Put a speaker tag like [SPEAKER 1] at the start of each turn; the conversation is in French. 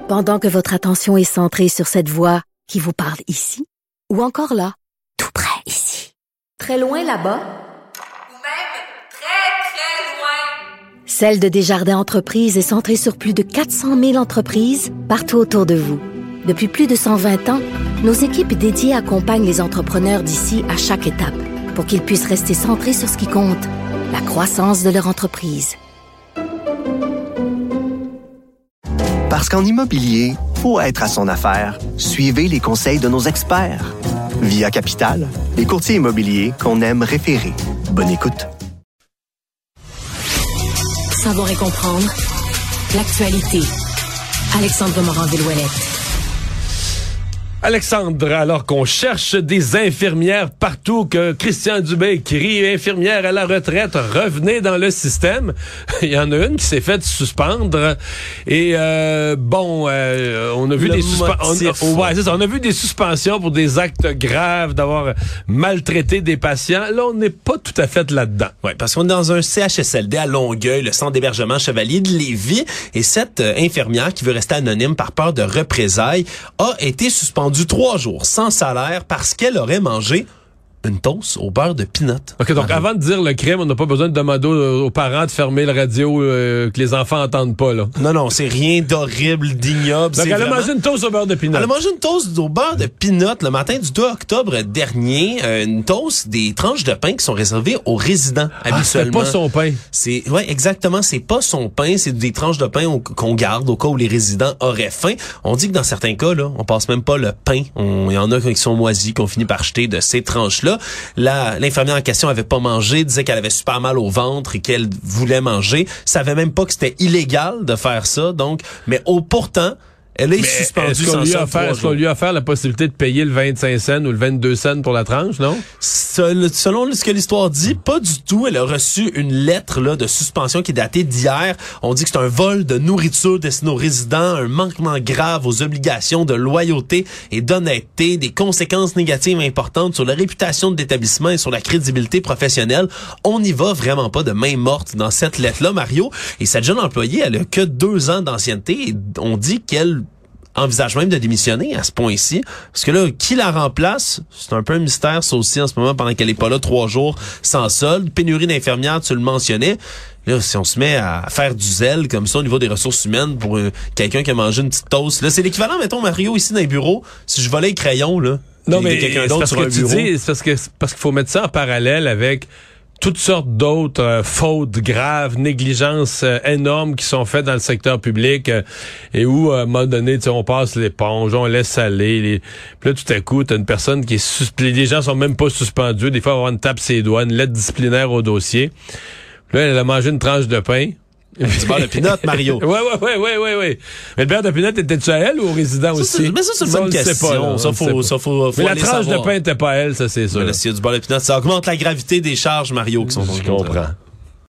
[SPEAKER 1] Pendant que votre attention est centrée sur cette voix qui vous parle ici, ou encore là, tout près ici, très loin là-bas,
[SPEAKER 2] ou même très, très loin.
[SPEAKER 1] Celle de Desjardins Entreprises est centrée sur plus de 400 000 entreprises partout autour de vous. Depuis plus de 120 ans, nos équipes dédiées accompagnent les entrepreneurs d'ici à chaque étape pour qu'ils puissent rester centrés sur ce qui compte, la croissance de leur entreprise.
[SPEAKER 3] Parce qu'en immobilier, pour être à son affaire, suivez les conseils de nos experts. Via Capital, les courtiers immobiliers qu'on aime référer. Bonne écoute.
[SPEAKER 1] Savoir et comprendre l'actualité. Alexandre Morin-Villouellette.
[SPEAKER 4] Alexandre, alors qu'on cherche des infirmières partout, que Christian Dubé crie « Infirmières à la retraite, revenez dans le système », il y en a une qui s'est faite suspendre et on a vu on a vu des suspensions pour des actes graves, d'avoir maltraité des patients. Là, on n'est pas tout à fait là-dedans.
[SPEAKER 5] Oui, parce qu'on est dans un CHSLD à Longueuil, le centre d'hébergement Chevalier de Lévis, et cette infirmière qui veut rester anonyme par peur de représailles a été suspendue 3 jours sans salaire parce qu'elle aurait mangé une toast au beurre de peanut.
[SPEAKER 4] OK, donc avant de dire le crime, on n'a pas besoin de demander aux parents de fermer le radio, que les enfants entendent pas, là.
[SPEAKER 5] Non, c'est rien d'horrible, d'ignoble.
[SPEAKER 4] Donc elle a mangé une toast au beurre de peanut.
[SPEAKER 5] Elle a mangé une toast au beurre de peanut le matin du 2 octobre dernier. Une toast, des tranches de pain qui sont réservées aux résidents, habituellement.
[SPEAKER 4] C'est pas son pain.
[SPEAKER 5] Ouais, exactement, c'est pas son pain, c'est des tranches de pain qu'on garde au cas où les résidents auraient faim. On dit que dans certains cas, là, on passe même pas le pain. Il y en a qui sont moisis, qu'on finit par jeter de ces tranches-là. L'infirmière en question avait pas mangé, disait qu'elle avait super mal au ventre et qu'elle voulait manger. Savait même pas que c'était illégal de faire ça, donc, pourtant, elle est suspendue.
[SPEAKER 4] Est-ce qu'on lui a offert la possibilité de payer le 25 cents ou le 22 cents pour la tranche, non?
[SPEAKER 5] Selon ce que l'histoire dit, pas du tout. Elle a reçu une lettre là de suspension qui est datée d'hier. On dit que c'est un vol de nourriture destinée aux résidents, un manquement grave aux obligations de loyauté et d'honnêteté, des conséquences négatives importantes sur la réputation de l'établissement et sur la crédibilité professionnelle. On n'y va vraiment pas de main morte dans cette lettre-là, Mario. Et cette jeune employée, elle a que 2 ans d'ancienneté et on dit qu'elle envisage même de démissionner à ce point-ci. Parce que là, qui la remplace? C'est un peu un mystère, ça aussi, en ce moment, pendant qu'elle est pas là 3 jours sans solde. Pénurie d'infirmières, tu le mentionnais. Là, si on se met à faire du zèle comme ça au niveau des ressources humaines pour quelqu'un qui a mangé une petite toast, là, c'est l'équivalent, mettons, Mario, ici dans les bureaux, si je volais les crayons, là.
[SPEAKER 4] Non, mais
[SPEAKER 5] quelqu'un d'autre sur un bureau.
[SPEAKER 4] C'est parce qu'il faut mettre ça en parallèle avec toutes sortes d'autres fautes graves, négligences énormes qui sont faites dans le secteur public et où, à un moment donné, on passe l'éponge, on laisse aller. Puis là, tout à coup, t'as une personne qui est les gens sont même pas suspendus. Des fois, on va avoir une tape ses doigts, une lettre disciplinaire au dossier. Puis là, elle a mangé une tranche de pain.
[SPEAKER 5] Du beurre de peanut, Mario.
[SPEAKER 4] Oui. Mais le beurre de peanut était-tu à elle ou au résident aussi?
[SPEAKER 5] Mais ça, c'est une bonne question. Ça, faut
[SPEAKER 4] mais la tranche de pain était pas à elle, ça, c'est sûr.
[SPEAKER 5] Mais là, s'il y a du beurre de peanut, ça augmente la gravité des charges, Mario, qui sont.
[SPEAKER 4] Je comprends.